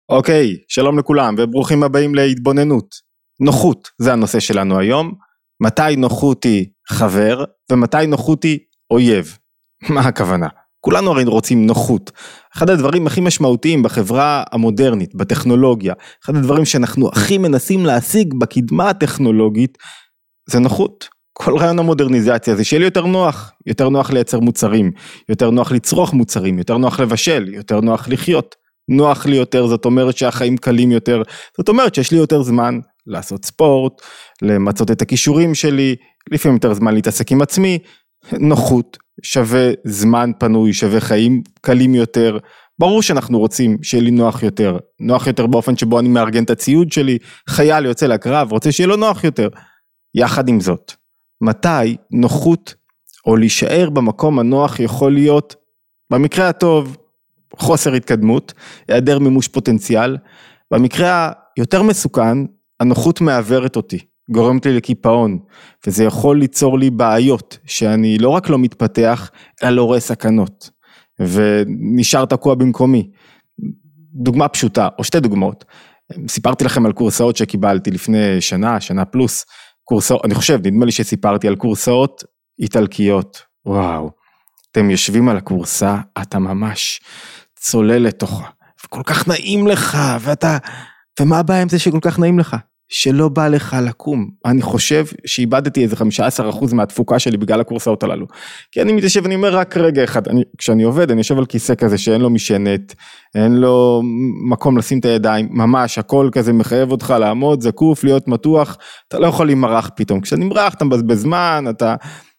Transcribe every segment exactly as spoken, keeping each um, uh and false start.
אוקיי, שלום לכולם וברוכים הבאים להתבוננות. נוחות, זה הנושא שלנו היום. מתי נוחות היא חבר ומתי נוחות היא אויב? מה הכוונה? כולנו הרי רוצים נוחות. אחד הדברים הכי משמעותיים בחברה המודרנית, בטכנולוגיה, אחד הדברים שאנחנו הכי מנסים להשיג בקדמה הטכנולוגית, זה נוחות. כל רעיון המודרניזציה זה שיהיה לי יותר נוח, יותר נוח לייצר מוצרים, יותר נוח לצרוך מוצרים, יותר נוח לבשל, יותר נוח לחיות. נוח לי יותר, זאת אומרת שהחיים קלים יותר, זאת אומרת שיש לי יותר זמן לעשות ספורט, למצות את הכישורים שלי, לפעמים יותר זמן להתעסק עם עצמי, נוחות שווה זמן פנוי, שווה חיים קלים יותר, ברור שאנחנו רוצים שיהיה לי נוח יותר, נוח יותר באופן שבו אני מארגן את הציוד שלי, חייל יוצא לקרב, רוצה שיהיה לו נוח יותר, יחד עם זאת, מתי נוחות או להישאר במקום הנוח יכול להיות, במקרה הטוב, חוסר התקדמות, היעדר מימוש פוטנציאל, במקרה היותר מסוכן, הנוחות מעברת אותי, גורמת לי לקיפאון, וזה יכול ליצור לי בעיות, שאני לא רק לא מתפתח, אלא לא רואה סכנות, ונשאר תקוע במקומי. דוגמה פשוטה, או שתי דוגמאות, סיפרתי לכם על קורסאות שקיבלתי לפני שנה, שנה פלוס, קורסאות, אני חושב, נדמה לי שסיפרתי על קורסאות איטלקיות, וואו, אתם יושבים על הקורסה, אתה ממש צולל לתוכה, וכל כך נעים לך, ואתה, ומה הבעיה עם זה שכל כך נעים לך? שלא בא לך לקום, אני חושב שאיבדתי איזה חמישה עשר אחוז מהתפוקה שלי בגלל הקורסאות הללו, כי אני מתיישב ואני אומר רק רגע אחד, אני, כשאני עובד אני יושב על כיסא כזה שאין לו משענת, אין לו מקום לשים את הידיים, ממש הכל כזה מחייב אותך לעמוד, זקוף, להיות מתוח, אתה לא יכול להימרח פתאום, כשאני מרח אתה מבזבז זמן, אתה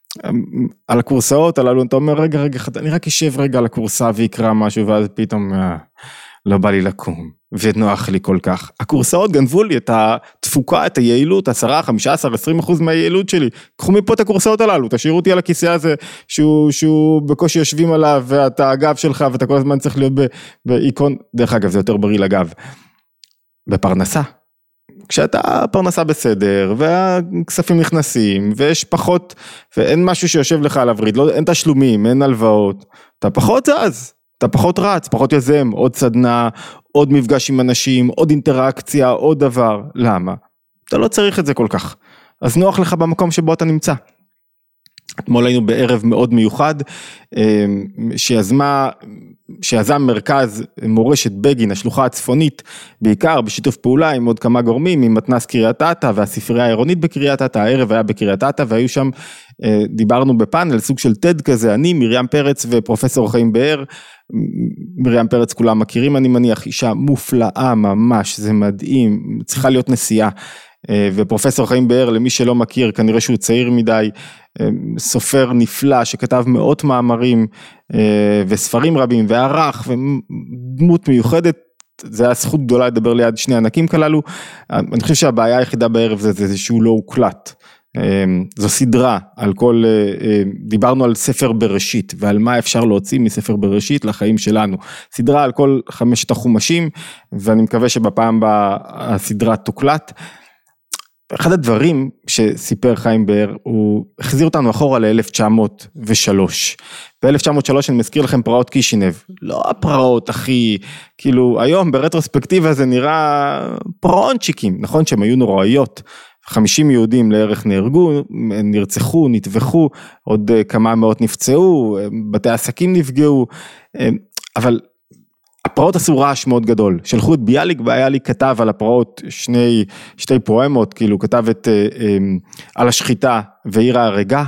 על הקורסאות הללו, אתה אומר רגע רגע, אני רק אשב רגע על הקורסה ויקרא משהו, ואז פתאום אה, לא בא לי לקום, ונוח לי כל כך. הקורסאות גנבו לי את התפוקה, את היעילות, עשרה, חמישה עשר, עשרים אחוז מהיעילות שלי. קחו מפה את הקורסאות הללו, תשאירו אותי על הכיסא הזה, שהוא, שהוא בקושי יושבים עליו, ואתה הגב שלך, ואתה כל הזמן צריך להיות באיקון, דרך אגב, זה יותר בריא לגב, בפרנסה. כשאתה פרנסה בסדר, והכספים נכנסים, ויש פחות, ואין משהו שיושב לך על הוריד, לא, אין תשלומים, אין הלוואות, אתה פחות זז, אתה פחות רץ, פחות יזם, עוד סדנה, עוד מפגש עם אנשים, עוד אינטראקציה, עוד דבר, למה? אתה לא צריך את זה כל כך, אז נוח לך במקום שבו אתה נמצא. אתמול היינו בערב מאוד מיוחד, שיזמה, שיזם מרכז מורשת בגין, השלוחה הצפונית, בעיקר בשיתוף פעולה עם עוד כמה גורמים, עם מתנ"ס קריית אתא והספרייה העירונית בקריית אתא, הערב היה בקריית אתא, והיו שם, דיברנו בפאנל, סוג של טד כזה, אני, מרים פרץ ופרופסור חיים באר, מרים פרץ כולם מכירים, אני מניח, אישה מופלאה ממש, זה מדהים, צריכה להיות נשיאה, ופרופסור חיים באר, למי שלא מכיר, כנראה שהוא צעיר מדי, סופר נפלא שכתב מאות מאמרים וספרים רבים וערך ודמות מיוחדת, זה היה זכות גדולה לדבר ליד שני ענקים כללו, אני חושב שהבעיה היחידה בערב זה, זה, זה שהוא לא הוקלט, זו סדרה על כל, דיברנו על ספר בראשית ועל מה אפשר להוציא מספר בראשית לחיים שלנו, סדרה על כל חמשת החומשים ואני מקווה שבפעם הבאה הסדרה תוקלט. אחד הדברים שסיפר חיים באר, הוא החזיר אותנו אחורה ל-אלף תשע מאות ושלוש. ב-אלף תשע מאות ושלוש אני מזכיר לכם פרעות קישינב, לא הפרעות הכי, כאילו היום ברטרוספקטיבה זה נראה פרעונצ'יקים, נכון שהם היו נוראיות, חמישים יהודים לערך נהרגו, נרצחו, נטבחו, עוד כמה מאות נפצעו, בתי עסקים נפגעו, אבל הפרעות עשו רעש מאוד גדול, שלחו את ביאליק והיה לי כתב על הפרעות שני, שתי פואמות, כאילו כתב את, אה, אה, על השחיטה ועיר ההרגה,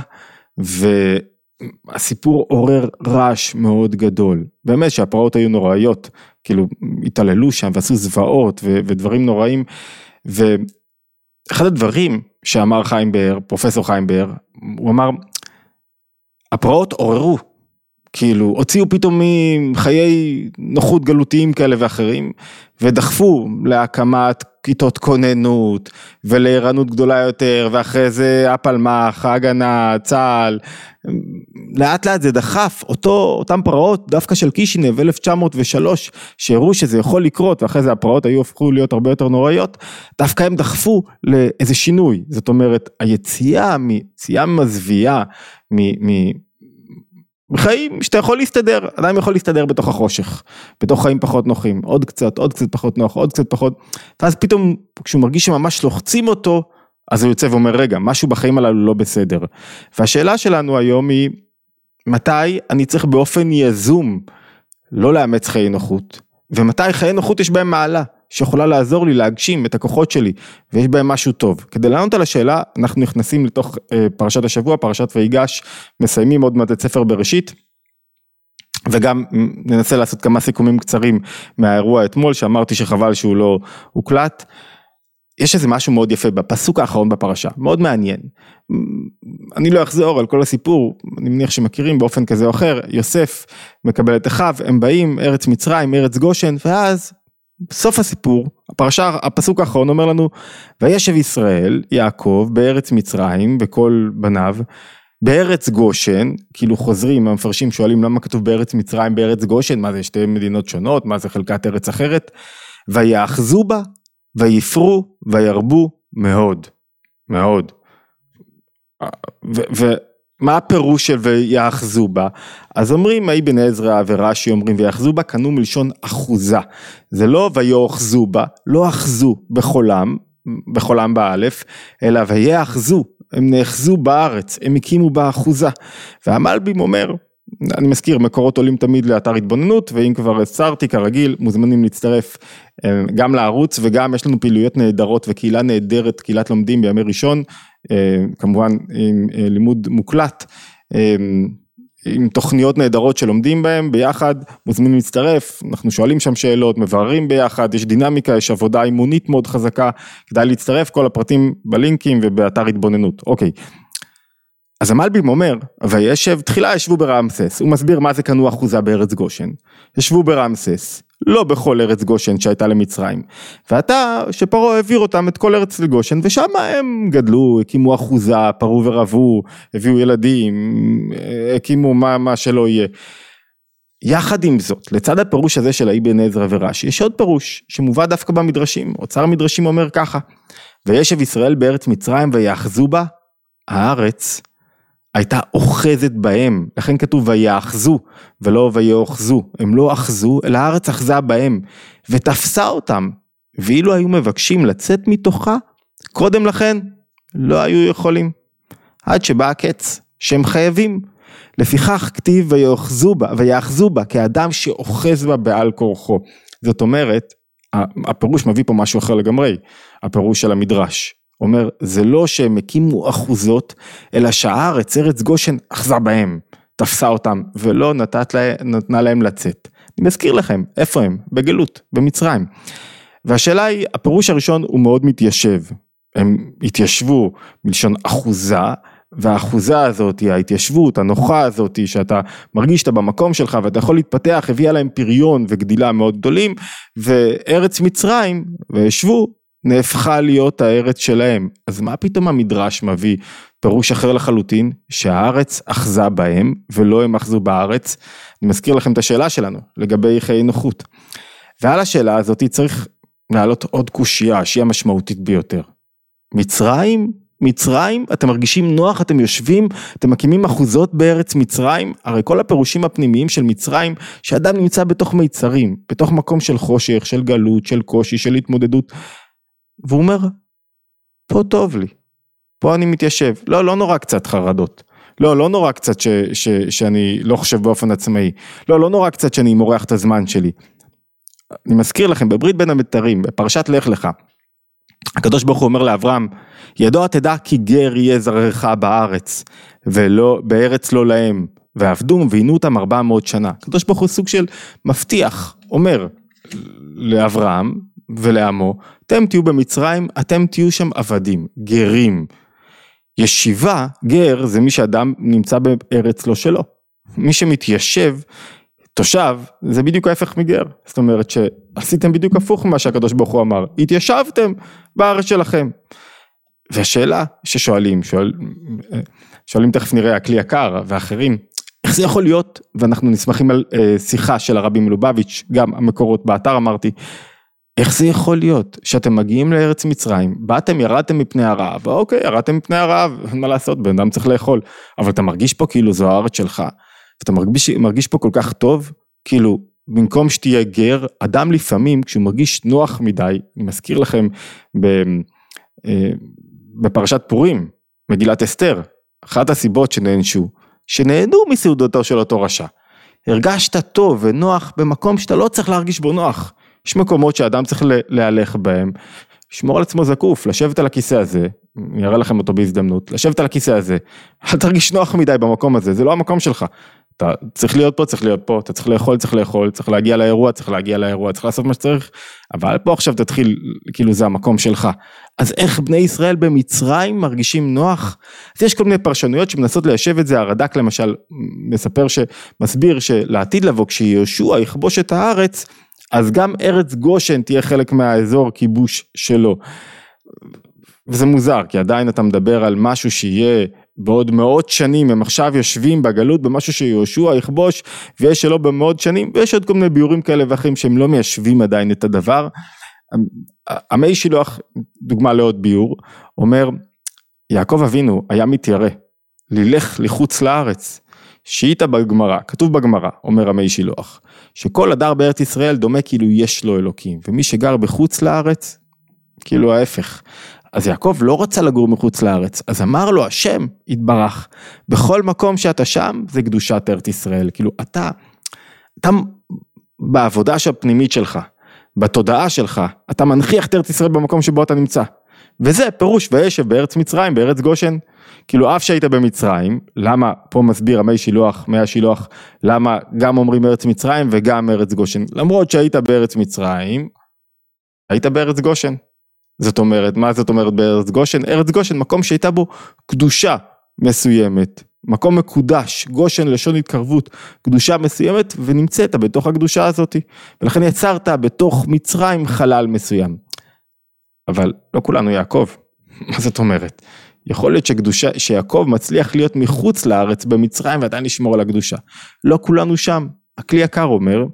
והסיפור עורר רעש מאוד גדול, באמת שהפרעות היו נוראיות, כאילו התעללו שם ועשו זוועות ו, ודברים נוראים, ואחד הדברים שאמר חיים באר, פרופסור חיים באר, הוא אמר, הפרעות עוררו, כאילו, הוציאו פתאום מחיי נוחות גלותיים כאלה ואחרים, ודחפו להקמת כיתות כוננות, ולערנות גדולה יותר, ואחרי זה הפלמ"ח, ההגנה, צה"ל, לאט לאט זה דחף, אותו, אותם פרעות, דווקא של קישינב, אלף תשע מאות ושלוש, שהראו שזה יכול לקרות, ואחרי זה הפרעות היו הפכו להיות הרבה יותר נוראיות, דווקא הם דחפו לאיזה שינוי, זאת אומרת, היציאה, היציאה מזוויעה, מ... מ חיים שאתה יכול להסתדר, אדם יכול להסתדר בתוך החושך, בתוך חיים פחות נוחים, עוד קצת, עוד קצת פחות נוח, עוד קצת פחות, ואז פתאום כשהוא מרגיש שממש לוחצים אותו, אז הוא יוצא ואומר, רגע, משהו בחיים הללו לא בסדר. והשאלה שלנו היום היא, מתי אני צריך באופן יזום, לא לאמץ חיי נוחות, ומתי חיי נוחות יש בהם מעלה, שיכולה לעזור לי להגשים את הכוחות שלי, ויש בהם משהו טוב. כדי לענות על השאלה, אנחנו נכנסים לתוך אה, פרשת השבוע, פרשת ויגש, מסיימים עוד מעט את ספר בראשית, וגם ננסה לעשות כמה סיכומים קצרים מהאירוע אתמול, שאמרתי שחבל שהוא לא הוקלט. יש איזה משהו מאוד יפה בפסוק האחרון בפרשה, מאוד מעניין. אני לא אחזור על כל הסיפור, אני מניח שמכירים באופן כזה או אחר, יוסף מקבל את אחיו, הם באים, ארץ מצרים, ארץ גושן, ואז בסוף הסיפור, הפרשה, הפסוק האחרון אומר לנו, וישב ישראל, יעקב, בארץ מצרים, וכל בניו, בארץ גושן, כאילו חוזרים, המפרשים שואלים למה כתוב בארץ מצרים, בארץ גושן, מה זה שתי מדינות שונות, מה זה חלקת ארץ אחרת, ויאחזו בה, ויפרו, וירבו מאוד, מאוד. ומה הפירוש של ויאחזו בה? אז אומרים, אבן עזרא ורש"י אומרים, ויאחזו בה, קנו מלשון אחוזה. זה לא ויאחזו בה, לא אחזו בחולם, בחולם באלף, אלא ויאחזו, הם נאחזו בארץ, הם הקימו בה אחוזה. והמלבים אומר, אני מזכיר, מקורות עולים תמיד לאתר התבוננות, ואם כבר הסרתי כרגיל, מוזמנים להצטרף גם לערוץ, וגם יש לנו פעילויות נהדרות, וקהילה נהדרת, קהילת לומדים בימי ראשון, כמובן עם לימוד מוקלט, עם תוכניות נהדרות שלומדים בהם ביחד, מוזמנים להצטרף, אנחנו שואלים שם שאלות, מבררים ביחד, יש דינמיקה, יש עבודה אימונית מאוד חזקה, כדאי להצטרף, כל הפרטים בלינקים ובאתר התבוננות. אוקיי. אז המלבים אומר, וישב, תחילה ישבו ברמסס, הוא מסביר מה זה קנו אחוזה בארץ גושן, ישבו ברמסס, לא בכל ארץ גושן שהייתה למצרים, ואתה, שפרעה העביר אותם את כל ארץ לגושן, ושם הם גדלו, הקימו אחוזה, פרו ורבו, הביאו ילדים, הקימו מה, מה שלא יהיה. יחד עם זאת, לצד הפירוש הזה של אבן עזרא ורש"י, יש עוד פירוש שמובא דווקא במדרשים, אוצר המדרשים אומר ככה, וישב ישראל בארץ מצרים ויאחזו בה, הארץ הייתה אוחזת בהם, לכן כתוב ויאחזו, ולא ויאחזו, הם לא אחזו, אלא הארץ אחזה בהם, ותפסה אותם, ואילו היו מבקשים לצאת מתוכה, קודם לכן לא היו יכולים, עד שבא הקץ, שהם חייבים, לפיכך כתיב ויאחזו בה, ויאחזו בה, כאדם שאוחז בה בעל כורחו, זאת אומרת, הפירוש מביא פה משהו אחר לגמרי, הפירוש של המדרש, אומר, זה לא שהם הקימו אחוזות, אלא שהארץ, ארץ גושן, אחזה בהם, תפסה אותם, ולא נתת לה, נתנה להם לצאת. אני מזכיר לכם, איפה הם? בגלות, במצרים. והשאלה היא, הפירוש הראשון הוא מאוד מתיישב. הם התיישבו מלשון אחוזה, והאחוזה הזאת, ההתיישבות, הנוחה הזאת, שאתה מרגיש שאתה במקום שלך, ואתה יכול להתפתח, הביאה להם פריון וגדילה מאוד גדולים, וארץ מצרים, וישבו, נהפכה להיות הארץ שלהם. אז מה פתאום המדרש מביא פירוש אחר לחלוטין, שהארץ אחזה בהם, ולא הם אחזו בארץ? אני מזכיר לכם את השאלה שלנו, לגבי חיי נוחות. ועל השאלה הזאת צריך להעלות עוד קושייה, שהיא המשמעותית ביותר. מצרים, מצרים, אתם מרגישים נוח, אתם יושבים, אתם מקימים אחוזות בארץ מצרים, הרי כל הפירושים הפנימיים של מצרים, שאדם נמצא בתוך מיצרים, בתוך מקום של חושך, של גלות, של קושי, של התמודדות, והוא אומר, פה טוב לי, פה אני מתיישב, לא, לא נורא קצת חרדות, לא, לא נורא קצת ש, ש, שאני לא חושב באופן עצמאי, לא, לא נורא קצת שאני מורח את הזמן שלי. אני מזכיר לכם, בברית בין המצרים, בפרשת לך לך, הקדוש ברוך הוא אומר לאברהם, ידוע תדע כי גר יהיה זרעך בארץ, ולא, בארץ לא להם, ועבדו ועינו אותם ארבע מאות שנה. הקדוש ברוך הוא סוג של מבטיח, אומר לאברהם ולעמו, אתם תהיו במצרים, אתם תהיו שם עבדים, גרים. ישיבה, גר, זה מי שאדם נמצא בארץ לא שלו. מי שמתיישב, תושב, זה בדיוק ההפך מגר. זאת אומרת שעשיתם בדיוק הפוך ממה שהקדוש ברוך הוא אמר. התיישבתם בארץ שלכם. והשאלה ששואלים, שואל, שואלים תכף נראה, הכלי יקר ואחרים, איך זה יכול להיות, ואנחנו נסמכים על אה, שיחה של הרבי מלובביץ', גם המקורות באתר אמרתי, איך זה יכול להיות שאתם מגיעים לארץ מצרים, באתם, ירדתם מפני הרעב, אוקיי, ירדתם מפני הרעב, אין מה לעשות, בן אדם צריך לאכול, אבל אתה מרגיש פה כאילו זו הארץ שלך, ואתה מרגיש, מרגיש פה כל כך טוב, כאילו, במקום שתהיה גר, אדם לפעמים, כשהוא מרגיש נוח מדי, אני מזכיר לכם, בפרשת פורים, מגילת אסתר, אחת הסיבות שנענשו, שנהנו מסעודתו של אותו רשע. הרגשת טוב ונוח במקום שאתה לא צריך להרגיש בו נוח. יש מקומות שאדם צריך להלך בהם, לשמור על עצמו זקוף, לשבת על הכיסא הזה, אני אראה לכם אותו בהזדמנות, לשבת על הכיסא הזה, אל תרגיש נוח מדי במקום הזה, זה לא המקום שלך. אתה צריך להיות פה, צריך להיות פה, אתה צריך לאכול, צריך לאכול, צריך להגיע לאירוע, צריך להגיע לאירוע, צריך לעשות מה שצריך, אבל פה עכשיו תתחיל, כאילו זה המקום שלך. אז איך בני ישראל במצרים מרגישים נוח? אז יש כל מיני פרשנויות שמנסות ליישב את זה, הרד"ק למשל מספר שמסביר שלעתיד לבוא, כשיהושע יכבוש את הארץ, אז גם ארץ גושן תהיה חלק מהאזור כיבוש שלו. וזה מוזר, כי עדיין אתה מדבר על משהו שיהיה בעוד מאות שנים, הם עכשיו יושבים בגלות במשהו שיהושע יכבוש, ויש שלא במאות שנים, ויש עוד כל מיני ביורים כאלה ואחרים שהם לא מיישבים עדיין את הדבר. עמי שילוח, דוגמה לעוד ביור, אומר, יעקב אבינו היה מתיירא, ללך לחוץ לארץ, שאיתה בגמרא, כתוב בגמרא, אומר עמי שילוח, שכל הדר בארץ ישראל דומה כאילו יש לו אלוקים, ומי שגר בחוץ לארץ, כאילו ההפך. אז יעקב לא רצה לגור מחוץ לארץ, אז אמר לו השם יתברך, בכל מקום שאתה שם זה קדושת ארץ ישראל, כאילו אתה, אתה בעבודה הפנימית שלך, בתודעה שלך, אתה מנחיח את ארץ ישראל במקום שבו אתה נמצא, וזה פירוש וישב בארץ מצרים, בארץ גושן, כאילו אף שהיית במצרים, למה פה מסביר עמי שילוח, מי השילוח, למה גם אומרים ארץ מצרים וגם ארץ גושן, למרות שהיית בארץ מצרים, היית בארץ גושן, זאת אומרת, מה זאת אומרת בארץ גושן? ארץ גושן, מקום שהייתה בו קדושה מסוימת, מקום מקודש, גושן לשון התקרבות, קדושה מסוימת, ונמצאת בתוך הקדושה הזאת, ולכן יצרת בתוך מצרים חלל מסוים. אבל לא כולנו יעקב, מה זאת אומרת? יכול להיות שקדושה, שיעקב מצליח להיות מחוץ לארץ במצרים, ועדיין לשמור על הקדושה. לא כולנו שם. הכלי יקר אומר,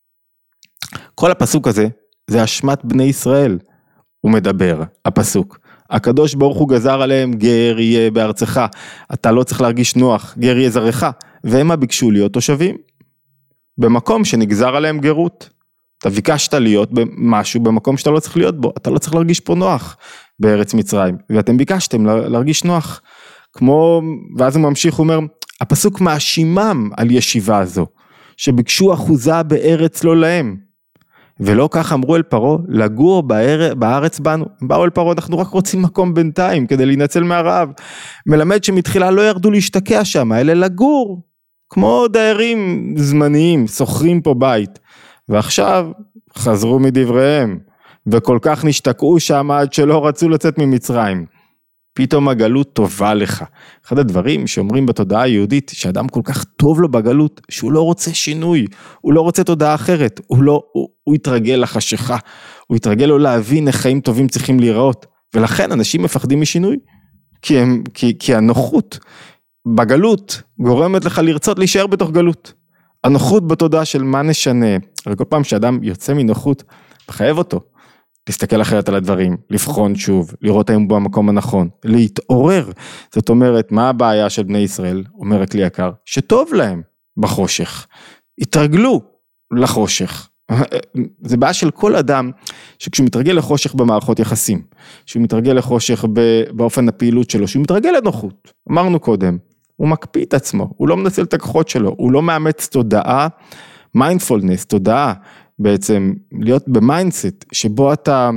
כל הפסוק הזה, זה אשמת בני ישראל, הוא מדבר, הפסוק. הקדוש ברוך הוא גזר עליהם, גר יהיה בארצך, אתה לא צריך להרגיש נוח, גר יהיה זרעך, והם ביקשו להיות תושבים, במקום שנגזר עליהם גרות. אתה ביקשת להיות במשהו במקום שאתה לא צריך להיות בו, אתה לא צריך להרגיש פה נוח בארץ מצרים, ואתם ביקשתם להרגיש נוח, כמו, ואז הוא ממשיך, הוא אומר, הפסוק מאשימם על ישיבה הזו, שביקשו אחוזה בארץ לא להם, ולא כך אמרו אל פרעה, לגור בארץ, בארץ בנו, הם באו אל פרעה, אנחנו רק רוצים מקום בינתיים, כדי להינצל מהרעב, מלמד שמתחילה לא ירדו להשתקע שם, אלא לגור, כמו דיירים זמניים, שוכרים פה בית, ועכשיו חזרו מדבריהם, וכל כך נשתקעו שם עד שלא רצו לצאת ממצרים. פתאום הגלות טובה לך. אחד הדברים שאומרים בתודעה היהודית, שאדם כל כך טוב לו בגלות, שהוא לא רוצה שינוי, הוא לא רוצה תודעה אחרת, הוא, לא, הוא, הוא יתרגל לחשיכה, הוא יתרגל לו להבין איך חיים טובים צריכים להיראות, ולכן אנשים מפחדים משינוי, כי, הם, כי, כי הנוחות בגלות גורמת לך לרצות להישאר בתוך גלות. הנוחות בתודעה של מה נשנה, הרי כל פעם שאדם יוצא מנוחות, מחייב אותו, להסתכל אחרת על הדברים, לבחון שוב, לראות האם הוא במקום הנכון, להתעורר, זאת אומרת, מה הבעיה של בני ישראל, אומר הכלי יקר, שטוב להם בחושך, התרגלו לחושך, זה בעיה של כל אדם, שכשהוא מתרגל לחושך במערכות יחסים, שהוא מתרגל לחושך באופן הפעילות שלו, שהוא מתרגל לנוחות, אמרנו קודם, הוא מקפיא את עצמו, הוא לא מנצל את הכוחות שלו, הוא לא מאמץ תודעה, מיינדפולנס, תודעה, בעצם להיות במיינדסט, שבו אתה,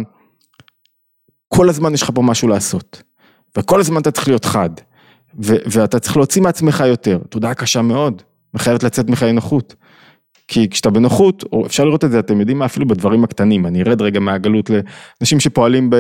כל הזמן יש לך פה משהו לעשות, וכל הזמן אתה צריך להיות חד, ו- ואתה צריך להוציא מעצמך יותר, תודעה קשה מאוד, מחייבת לצאת מחיי נוחות, כי כשאתה בנוחות, או אפשר לראות את זה, אתם יודעים מה, אפילו בדברים הקטנים, אני ארד רגע מהגלות לאנשים שפועלים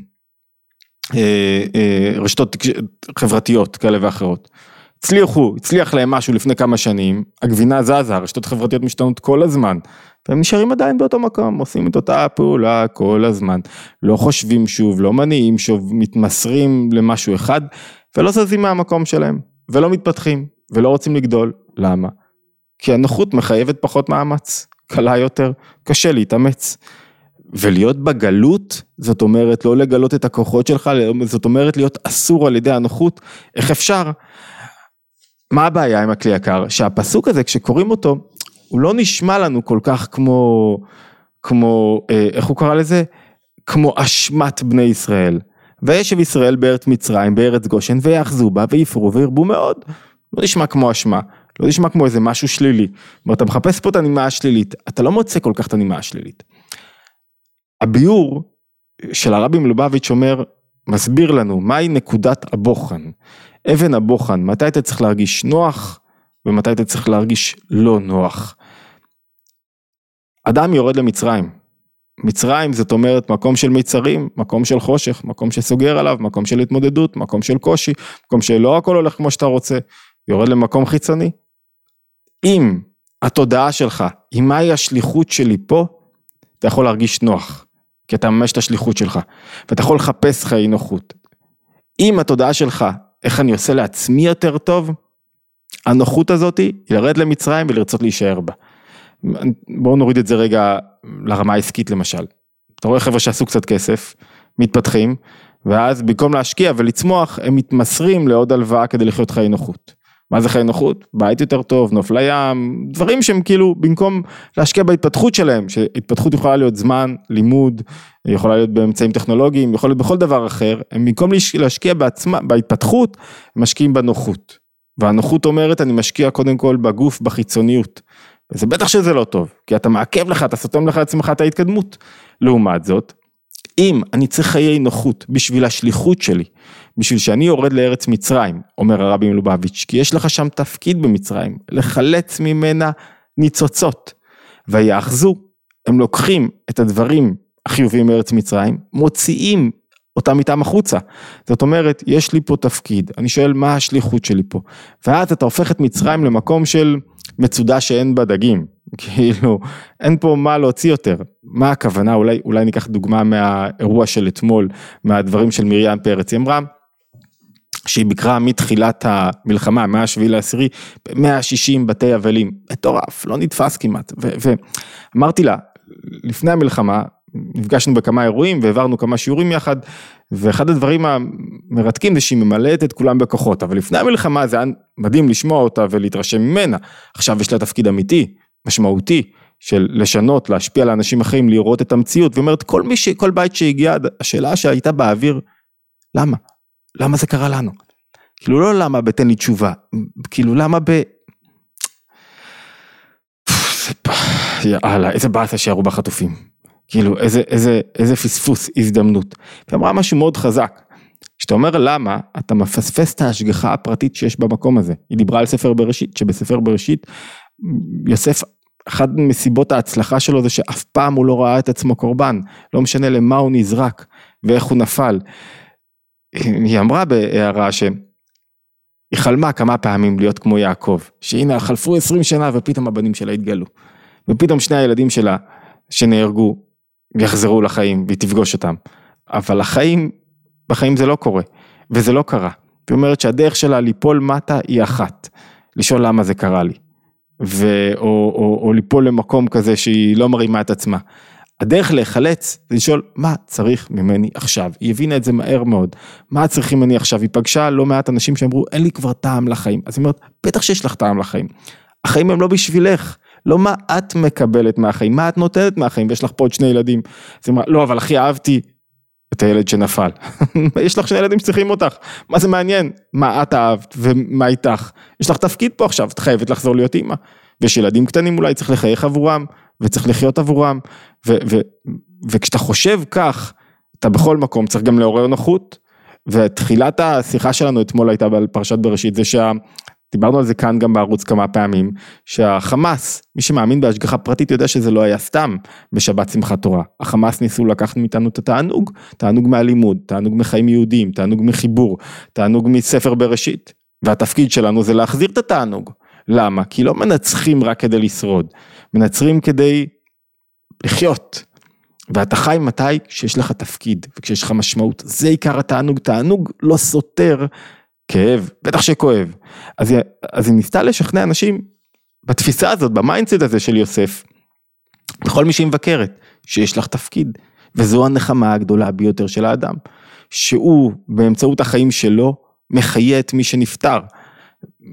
ברשתות חברתיות כאלה ואחרות, הצליחו, הצליח להם משהו לפני כמה שנים, הגבינה זזה, הרשתות חברתיות משתנות כל הזמן, והם נשארים עדיין באותו מקום, עושים את אותה הפעולה כל הזמן, לא חושבים שוב, לא מניעים שוב, מתמסרים למשהו אחד, ולא זזים מהמקום שלהם, ולא מתפתחים, ולא רוצים לגדול. למה? כי הנוחות מחייבת פחות מאמץ, קלה יותר, קשה להתאמץ, ולהיות בגלות, זאת אומרת לא לגלות את הכוחות שלך, זאת אומרת להיות אסור על ידי הנוחות, איך אפשר? מה הבעיה עם הכלי יקר? שהפסוק הזה, כשקוראים אותו, הוא לא נשמע לנו כל כך כמו, כמו, איך הוא קרא לזה? כמו אשמת בני ישראל. וישב ישראל בארץ מצרים, בארץ גושן, ויאחזו בה, ויפרו, וירבו מאוד. לא נשמע כמו אשמה, לא נשמע כמו איזה משהו שלילי. אבל אתה מחפש פה את הנימה השלילית, אתה לא מוצא כל כך את הנימה השלילית. הביור של הרבי מלובביץ' אומר, מסביר לנו, מהי נקודת הבוחן? אבן הבוחן, מתי אתה צריך להרגיש נוח, ומתי אתה צריך להרגיש לא נוח. אדם יורד למצרים. מצרים זאת אומרת מקום של מיצרים, מקום של חושך, מקום שסוגר עליו, מקום של התמודדות, מקום של קושי, מקום שלא הכל הולך כמו שאתה רוצה, יורד למקום חיצוני. אם התודעה שלך, אם מהי השליחות שלי פה, אתה יכול להרגיש נוח, כי אתה ממש את השליחות שלך, ואתה יכול לחפש חיי נוחות. אם התודעה שלך, איך אני עושה לעצמי יותר טוב, הנוחות הזאת היא לרד למצרים ולרצות להישאר בה. בואו נוריד את זה רגע לרמה העסקית למשל. אתה רואה חבר'ה שעשו קצת כסף, מתפתחים, ואז במקום להשקיע ולצמוח, הם מתמסרים לעוד הלוואה כדי לחיות חיי נוחות. מה זה חיי נוחות? בית יותר טוב, נוף לים, דברים שהם כאילו במקום להשקיע בהתפתחות שלהם, שהתפתחות יכולה להיות זמן, לימוד, יכולה להיות באמצעים טכנולוגיים, יכול להיות בכל דבר אחר, הם במקום להשקיע בעצמה, בהתפתחות, הם משקיעים בנוחות. והנוחות אומרת, אני משקיע קודם כל בגוף, בחיצוניות. וזה בטח שזה לא טוב, כי אתה מעכב לך, אתה סותם לך עצמך את ההתקדמות. לעומת זאת, אם אני צריך חיי נוחות בשביל השליחות שלי, בשביל שאני יורד לארץ מצרים, אומר הרבי מלובביץ', כי יש לך שם תפקיד במצרים, לחלץ ממנה ניצוצות, ויאחזו, הם לוקחים את הדברים החיוביים מארץ מצרים, מוציאים אותם איתם החוצה, זאת אומרת, יש לי פה תפקיד, אני שואל מה השליחות שלי פה, ואז אתה הופך את מצרים למקום של מצודה שאין בה דגים, כאילו, אין פה מה להוציא יותר, מה הכוונה, אולי, אולי ניקח דוגמה מהאירוע של אתמול, מהדברים של מרים פרץ, היא אמרה, שהיא ביקרה מתחילת המלחמה, מאה השביעי לעשירי, מאה ושישים בתי אבלים, מטורף, לא נתפס כמעט, ואמרתי לה, לפני המלחמה, נפגשנו בכמה אירועים, והעברנו כמה שיעורים יחד, ואחד הדברים המרתקים זה שהיא ממלאת את כולם בכוחות, אבל לפני המלחמה זה היה מדהים לשמוע אותה ולהתרשם ממנה, עכשיו יש לה תפקיד אמיתי, משמעותי, של לשנות, להשפיע על האנשים אחרים, לראות את המציאות, ואומרת, כל מי ש... כל בית שהגיע, השאלה שהייתה באוויר, למה? למה זה קרה לנו? כאילו לא למה בתן לי תשובה, כאילו למה ב... יאללה, איזה בעצה שירו בחטופים, כאילו איזה, איזה, איזה פספוס, הזדמנות, ואמרה משהו מאוד חזק, שאתה אומר למה, אתה מפספס את ההשגחה הפרטית שיש במקום הזה, היא דיברה על ספר בראשית, שבספר בראשית, יוסף, אחד מסיבות ההצלחה שלו זה שאף פעם הוא לא ראה את עצמו קורבן, לא משנה למה הוא נזרק, ואיך הוא נפל, היא אמרה בהערה שהיא חלמה כמה פעמים להיות כמו יעקב, שהנה חלפו עשרים שנה ופתאום הבנים שלה התגלו, ופתאום שני הילדים שלה שנהרגו יחזרו לחיים והיא תפגוש אותם, אבל החיים, בחיים זה לא קורה, וזה לא קרה, היא אומרת שהדרך שלה ליפול מטה היא אחת, לשאול למה זה קרה לי, ו, או, או, או ליפול למקום כזה שהיא לא מרימה את עצמה, הדרך להיחלץ, זה לשאול, מה צריך ממני עכשיו? היא הבינה את זה מהר מאוד. מה צריכים ממני עכשיו? היא פגשה לא מעט אנשים שאמרו, אין לי כבר טעם לחיים. אז היא אומרת, בטח שיש לך טעם לחיים. החיים הם לא בשבילך. לא מה את מקבלת מהחיים, מה את נותנת מהחיים, ויש לך פה עוד שני ילדים. אז היא אומרת, לא, אבל הכי אהבתי את הילד שנפל. יש לך שני ילדים שצריכים אותך. מה זה מעניין? מה את אהבת ומה איתך? יש לך תפקיד פה עכשיו, את חייבת לחזור להיות אימא. ויש ילדים קטנים אולי, צריך לחייך עבורם, וצריך לחיות עבורם, ו- ו- וכשאתה חושב כך, אתה בכל מקום צריך גם לעורר נוחות, ותחילת השיחה שלנו אתמול הייתה בפרשת בראשית, זה שדיברנו על זה כאן גם בערוץ כמה פעמים, שהחמאס, מי שמאמין בהשגחה פרטית יודע שזה לא היה סתם בשבת שמחת תורה, החמאס ניסו לקחת מאיתנו את התענוג, תענוג מהלימוד, תענוג מחיים יהודיים, תענוג מחיבור, תענוג מספר בראשית, והתפקיד שלנו זה להחזיר את התענוג, למה? כי לא מנצחים רק כדי לשרוד, מנצרים כדי לחיות, ואתה חי מתי? כשיש לך תפקיד, וכשיש לך משמעות, זה עיקר התענוג, תענוג לא סותר כאב, בטח שכואב, אז, אז היא ניסתה לשכנע אנשים, בתפיסה הזאת, במיינדסט הזה של יוסף, בכל מי שהיא מבקרת, שיש לך תפקיד, וזו הנחמה הגדולה ביותר של האדם, שהוא באמצעות החיים שלו, מחיה את מי שנפטר,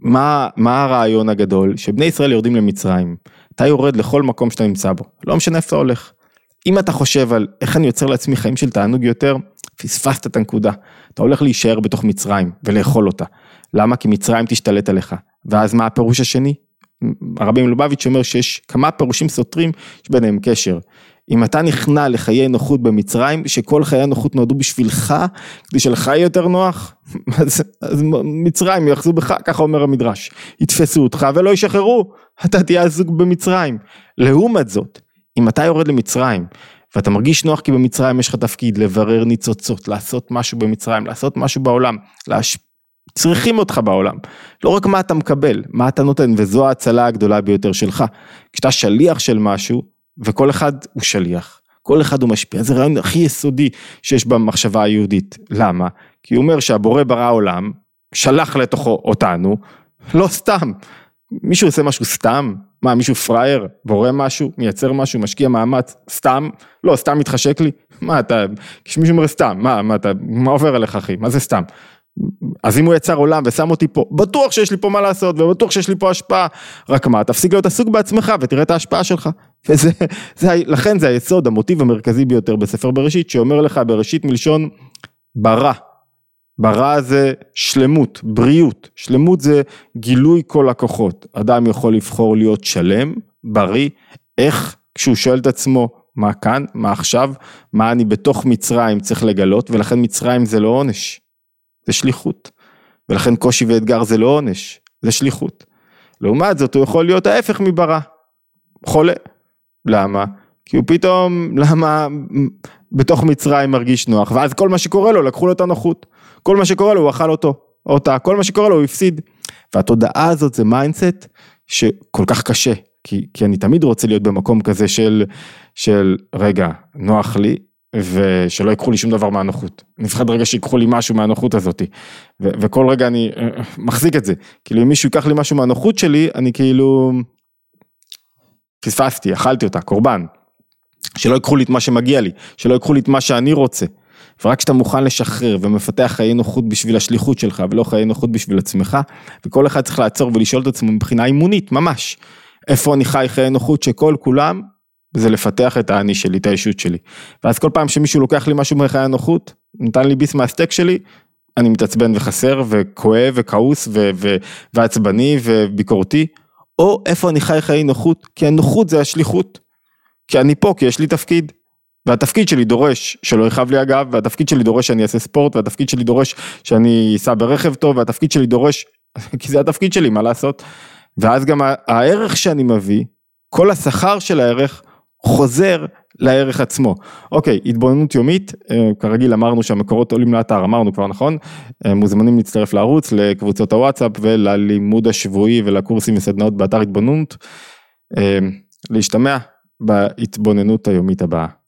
מה, מה הרעיון הגדול? שבני ישראל יורדים למצרים, אתה יורד לכל מקום שאתה נמצא בו, לא משנה איפה אתה הולך. אם אתה חושב על איך אני יוצר לעצמי חיים של תענוג יותר, פספסת את הנקודה. אתה הולך להישאר בתוך מצרים ולאכול אותה. למה? כי מצרים תשתלט עליך. ואז מה הפירוש השני? הרבי מלובביץ' אומר שיש כמה פירושים סותרים שביניהם קשר. אם אתה נכנע לחיי נוחות במצרים, שכל חיי נוחות נועדו בשבילך, כדי שלך יהיה יותר נוח, אז, אז מצרים יחזו בך, ככה אומר המדרש, יתפסו אותך ולא ישחררו, אתה תהיה עסוק במצרים. לעומת זאת, אם אתה יורד למצרים, ואתה מרגיש נוח כי במצרים יש לך תפקיד, לברר ניצוצות, לעשות משהו במצרים, לעשות משהו בעולם, להש... צריכים אותך בעולם, לא רק מה אתה מקבל, מה אתה נותן, וזו ההצלה הגדולה ביותר שלך. כשאתה שליח של משהו, וכל אחד הוא שליח, כל אחד הוא משפיע, זה רעיון הכי יסודי שיש במחשבה היהודית. למה? כי הוא אומר שהבורא ברא עולם, שלח לתוכו אותנו, לא סתם. מישהו עושה משהו סתם? מה, מישהו פראייר, בורא משהו, מייצר משהו, משקיע מאמץ, סתם? לא, סתם מתחשק לי? מה אתה, כשמישהו אומר סתם, מה, מה אתה, מה עובר עליך אחי? מה זה סתם? אז אם הוא יצר עולם ושם אותי פה, בטוח שיש לי פה מה לעשות, ובטוח שיש לי פה השפעה, רק מה, תפסיק להיות עסוק בעצמך, ותראה את ההשפעה שלך, וזה, זה, לכן זה היסוד, המוטיב המרכזי ביותר בספר בראשית, שאומר לך בראשית מלשון ברא, ברא זה שלמות, בריאות, שלמות זה גילוי כל הכוחות, אדם יכול לבחור להיות שלם, בריא, איך כשהוא שואל את עצמו, מה כאן, מה עכשיו, מה אני בתוך מצרים צריך לגלות, ולכן מצרים זה לא עונש, זה שליחות, ולכן קושי ואתגר זה לא עונש, זה שליחות. לעומת זאת הוא יכול להיות ההפך מברא, חולה. למה? כי הוא פתאום, למה בתוך מצרים מרגיש נוח, ואז כל מה שקורה לו, לקחו לו את הנוחות, כל מה שקורה לו הוא אכל אותו, אותה, כל מה שקורה לו הוא הפסיד, והתודעה הזאת זה מיינדסט שכל כך קשה, כי, כי אני תמיד רוצה להיות במקום כזה של, של רגע, נוח לי, ושלא ייקחו לי שום דבר מהנוחות, נפחד רגע שיקחו לי משהו מהנוחות הזאת, ו- וכל רגע אני מחזיק את זה, כאילו אם מישהו ייקח לי משהו מהנוחות שלי, אני כאילו פספסתי, אכלתי אותה, קורבן, שלא ייקחו לי את מה שמגיע לי, שלא ייקחו לי את מה שאני רוצה, ורק שאתה מוכן לשחרר ומפתח חיי נוחות בשביל השליחות שלך, ולא חיי נוחות בשביל עצמך, וכל אחד צריך לעצור ולשאול את עצמו מבחינה אימונית, ממש, איפה אני חי חיי נוחות שכל כולם, זה לפתח את האני שלי, את הישות שלי. ואז כל פעם שמישהו לוקח לי משהו מחיי הנוחות, נתן לי ביס מהסטק שלי, אני מתעצבן וחסר, וכואב, וכעוס, ו- ו- ועצבני, וביקורתי, או איפה אני חי חיי נוחות, כי הנוחות זה השליחות, כי אני פה, כי יש לי תפקיד, והתפקיד שלי דורש שלא יחב לי אגב, והתפקיד שלי דורש שאני אעשה ספורט, והתפקיד שלי דורש שאני אסע ברכב טוב, והתפקיד שלי דורש, כי זה התפקיד שלי, מה לעשות? ואז גם הערך שאני מביא, כל השכר של הערך, חוזר לערך עצמו. אוקיי, התבוננות יומית, כרגיל אמרנו שהמקורות עולים לאתר, אמרנו כבר נכון, מוזמנים להצטרף לערוץ, לקבוצות הוואטסאפ וללימוד השבועי ולקורסים וסדנאות באתר התבוננות, להשתמע בהתבוננות היומית הבאה.